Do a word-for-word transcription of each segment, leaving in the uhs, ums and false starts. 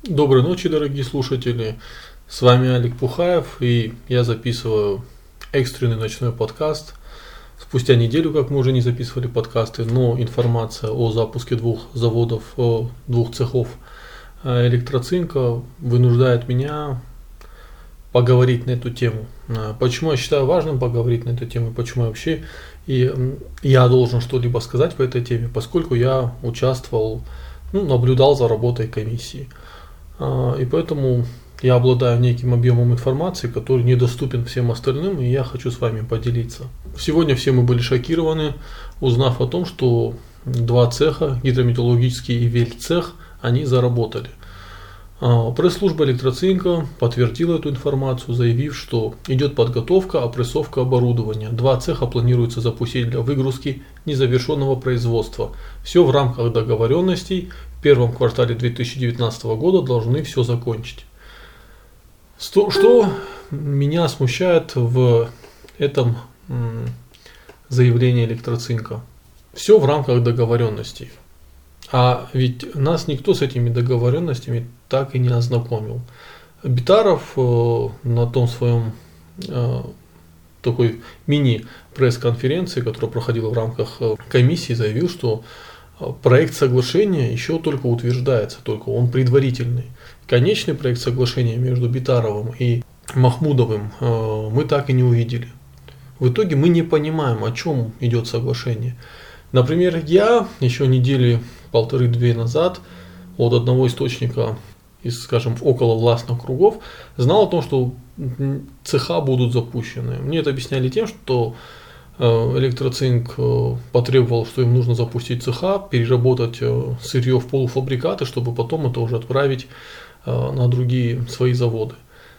Доброй ночи, дорогие слушатели. С вами Олег Пухаев, и я записываю экстренный ночной подкаст. Спустя неделю, как мы уже не записывали подкасты, но информация о запуске двух заводов, о двух цехов электроцинка вынуждает меня поговорить на эту тему. Почему я считаю важным поговорить на эту тему, почему вообще и я должен что-либо сказать по этой теме, поскольку я участвовал, ну, наблюдал за работой комиссии. И поэтому я обладаю неким объемом информации, который недоступен всем остальным, и я хочу с вами поделиться. Сегодня все мы были шокированы, узнав о том, что два цеха, гидрометаллургический и Вельцех, они заработали. Пресс-служба электроцинка подтвердила эту информацию, заявив, что идет подготовка, опрессовка оборудования. Два цеха планируется запустить для выгрузки незавершенного производства. Все в рамках договоренностей. В первом квартале две тысячи девятнадцатого года должны все закончить. Что меня смущает в этом заявлении электроцинка? Все в рамках договоренностей. А ведь нас никто с этими договоренностями так и не ознакомил. Битаров э, на том своем э, такой мини-пресс-конференции, которая проходила в рамках э, комиссии, заявил, что э, проект соглашения еще только утверждается, только он предварительный. Конечный проект соглашения между Битаровым и Махмудовым э, мы так и не увидели. В итоге мы не понимаем, о чем идет соглашение. Например, я еще недели полторы-две назад от одного источника из, скажем, около властных кругов знал о том, что цеха будут запущены. Мне это объясняли тем, что электроцинк потребовал, что им нужно запустить цеха, переработать сырье в полуфабрикаты, чтобы потом это уже отправить на другие свои заводы.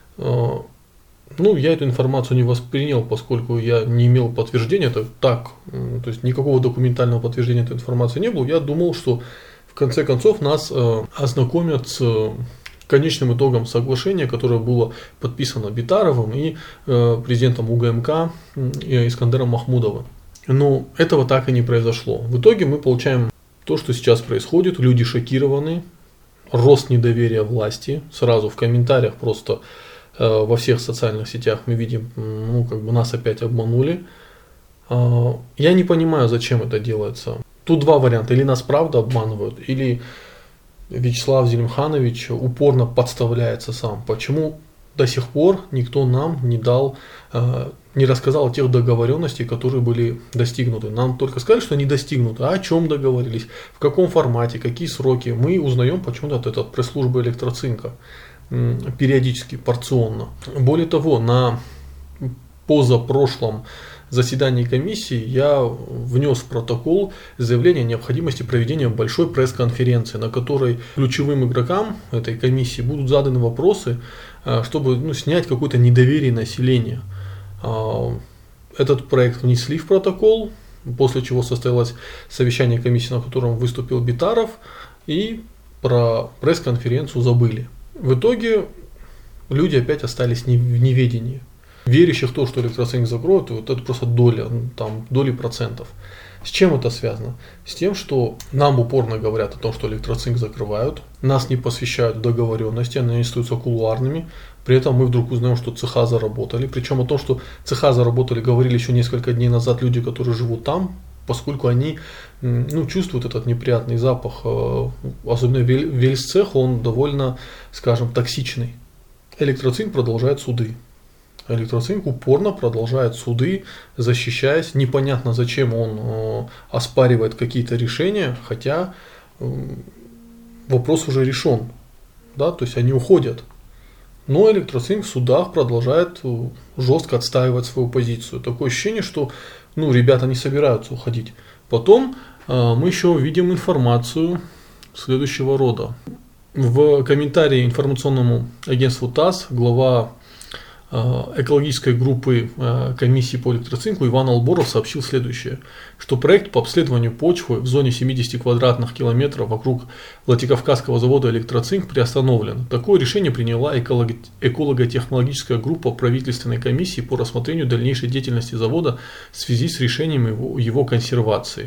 Ну, я эту информацию не воспринял, поскольку я не имел подтверждения, это так, то есть никакого документального подтверждения этой информации не было. Я думал, что в конце концов нас э, ознакомят с конечным итогом соглашения, которое было подписано Битаровым и э, президентом УГМК э, Искандером Махмудовым. Но этого так и не произошло. В итоге мы получаем то, что сейчас происходит, люди шокированы, рост недоверия власти, сразу в комментариях просто во всех социальных сетях мы видим, ну, как бы нас опять обманули. Я не понимаю, зачем это делается. Тут два варианта. Или нас правда обманывают, или Вячеслав Зелимханович упорно подставляется сам. Почему до сих пор никто нам не дал, не рассказал о тех договоренностях, которые были достигнуты. Нам только сказали, что они достигнуты. А о чем договорились, в каком формате, какие сроки. Мы узнаем почему-то от этой пресс-службы электроцинка. Периодически, порционно. Более того, на позапрошлом заседании комиссии я внес в протокол заявление о необходимости проведения большой пресс-конференции, на которой ключевым игрокам этой комиссии будут заданы вопросы, чтобы, ну, снять какое-то недоверие населения. Этот проект внесли в протокол, после чего состоялось совещание комиссии, на котором выступил Битаров, и про пресс-конференцию забыли. В итоге люди опять остались в неведении. Верящих в то, что электроцинк закроют, вот это просто доля, там, доли процентов. С чем это связано? С тем, что нам упорно говорят о том, что электроцинк закрывают, нас не посвящают в договоренности, они остаются кулуарными. При этом мы вдруг узнаем, что цеха заработали. Причем о том, что цеха заработали, говорили еще несколько дней назад люди, которые живут там, поскольку они, ну, чувствуют этот неприятный запах. Особенно Вельцех, он довольно, скажем, токсичный. Электроцинк продолжает суды. Электроцинк упорно продолжает суды, защищаясь. Непонятно, зачем он оспаривает какие-то решения, хотя вопрос уже решен. Да? То есть они уходят. Но электроцинк в судах продолжает жестко отстаивать свою позицию. Такое ощущение, что, ну, ребята не собираются уходить. Потом э, мы еще видим информацию следующего рода. В комментарии информационному агентству ТАСС глава экологической группы комиссии по электроцинку Иван Алборов сообщил следующее, что проект по обследованию почвы в зоне семидесяти квадратных километров вокруг Владикавказского завода электроцинк приостановлен. Такое решение приняла эколого-технологическая группа правительственной комиссии по рассмотрению дальнейшей деятельности завода в связи с решением его, его консервации.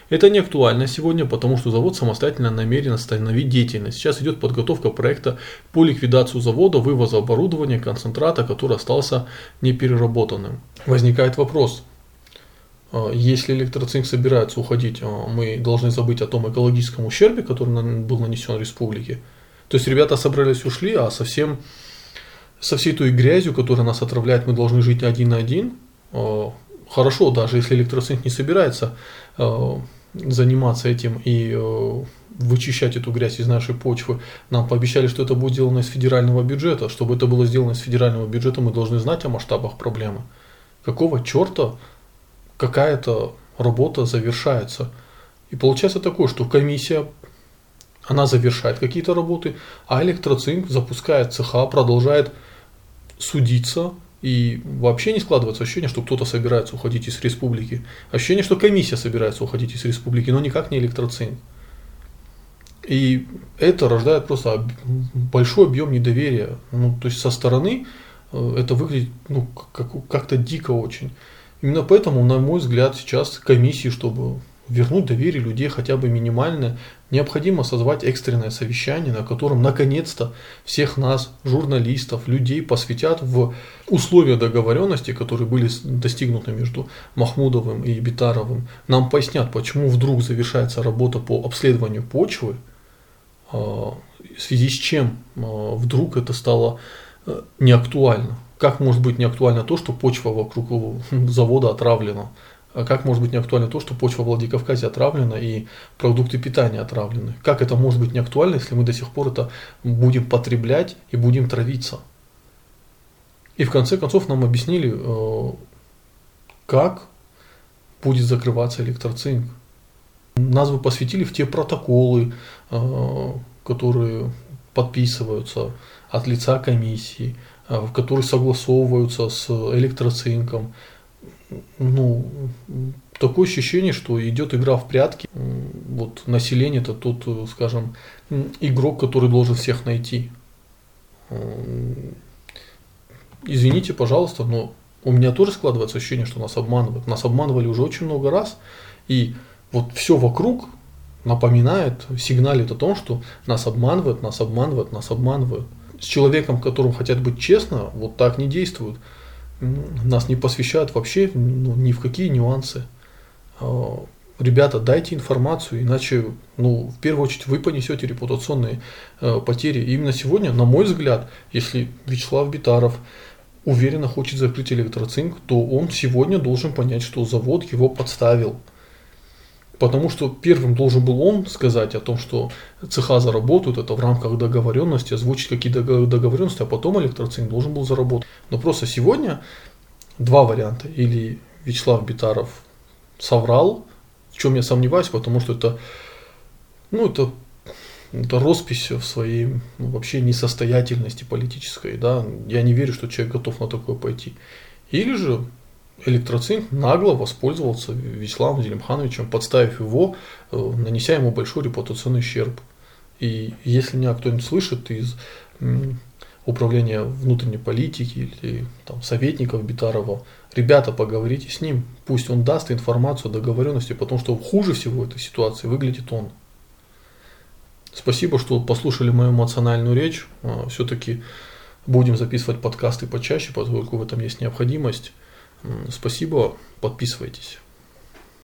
Это не актуально сегодня, потому что завод самостоятельно намерен остановить деятельность. Сейчас идет подготовка проекта по ликвидации завода, вывоза оборудования, концентрата, который остался непереработанным. Возникает вопрос, если электроцинк собирается уходить, мы должны забыть о том экологическом ущербе, который был нанесен республике. То есть ребята собрались, ушли, а совсем со всей той грязью, которая нас отравляет, мы должны жить один на один. Хорошо, даже если электроцинк не собирается заниматься этим и э, вычищать эту грязь из нашей почвы. Нам пообещали, что это будет сделано из федерального бюджета. Чтобы это было сделано из федерального бюджета, мы должны знать о масштабах проблемы. Какого черта какая-то работа завершается? И получается такое, что комиссия, она завершает какие-то работы, а электроцинк запускает цеха, продолжает судиться. И вообще не складывается ощущение, что кто-то собирается уходить из республики. Ощущение, что комиссия собирается уходить из республики, но никак не электроцинк. И это рождает просто большой объем недоверия. Ну, то есть со стороны это выглядит ну, как, как-то дико очень. Именно поэтому, на мой взгляд, сейчас комиссии, чтобы вернуть доверие людей хотя бы минимальное, необходимо созвать экстренное совещание, на котором наконец-то всех нас, журналистов, людей посвятят в условия договоренности, которые были достигнуты между Махмудовым и Битаровым. Нам пояснят, почему вдруг завершается работа по обследованию почвы, в связи с чем вдруг это стало неактуально. Как может быть неактуально то, что почва вокруг завода отравлена? Как может быть неактуально то, что почва в Владикавказе отравлена и продукты питания отравлены? Как это может быть неактуально, если мы до сих пор это будем потреблять и будем травиться? И в конце концов нам объяснили, как будет закрываться электроцинк. Нас бы посвятили в те протоколы, которые подписываются от лица комиссии, в которые согласовываются с электроцинком. Ну, такое ощущение, что идет игра в прятки. Вот население это тот, скажем, игрок, который должен всех найти. Извините, пожалуйста, но у меня тоже складывается ощущение, что нас обманывают. Нас обманывали уже очень много раз, и вот все вокруг напоминает, сигналит о том, что нас обманывают, нас обманывают, нас обманывают. С человеком, которым хотят быть честно, вот так не действуют. Нас не посвящают вообще ну, ни в какие нюансы. Ребята, дайте информацию, иначе, ну, в первую очередь, вы понесете репутационные э, потери. И именно сегодня, на мой взгляд, если Вячеслав Битаров уверенно хочет закрыть электроцинк, то он сегодня должен понять, что завод его подставил. Потому что первым должен был он сказать о том, что цеха заработают, это в рамках договоренности, озвучить какие-то договоренности, а потом электроцинк должен был заработать. Но просто сегодня два варианта. Или Вячеслав Битаров соврал, в чем я сомневаюсь, потому что это, ну, это, это роспись в своей ну, вообще несостоятельности политической. Да? Я не верю, что человек готов на такое пойти. Или же электроцинк нагло воспользовался Вячеславом Зелимхановичем, подставив его, нанеся ему большой репутационный ущерб. И если меня кто-нибудь слышит из управления внутренней политики или там, советников Битарова, ребята, поговорите с ним, пусть он даст информацию о договоренности, потому что хуже всего в этой ситуации выглядит он. Спасибо, что послушали мою эмоциональную речь. Все-таки будем записывать подкасты почаще, поскольку в этом есть необходимость. Спасибо, подписывайтесь.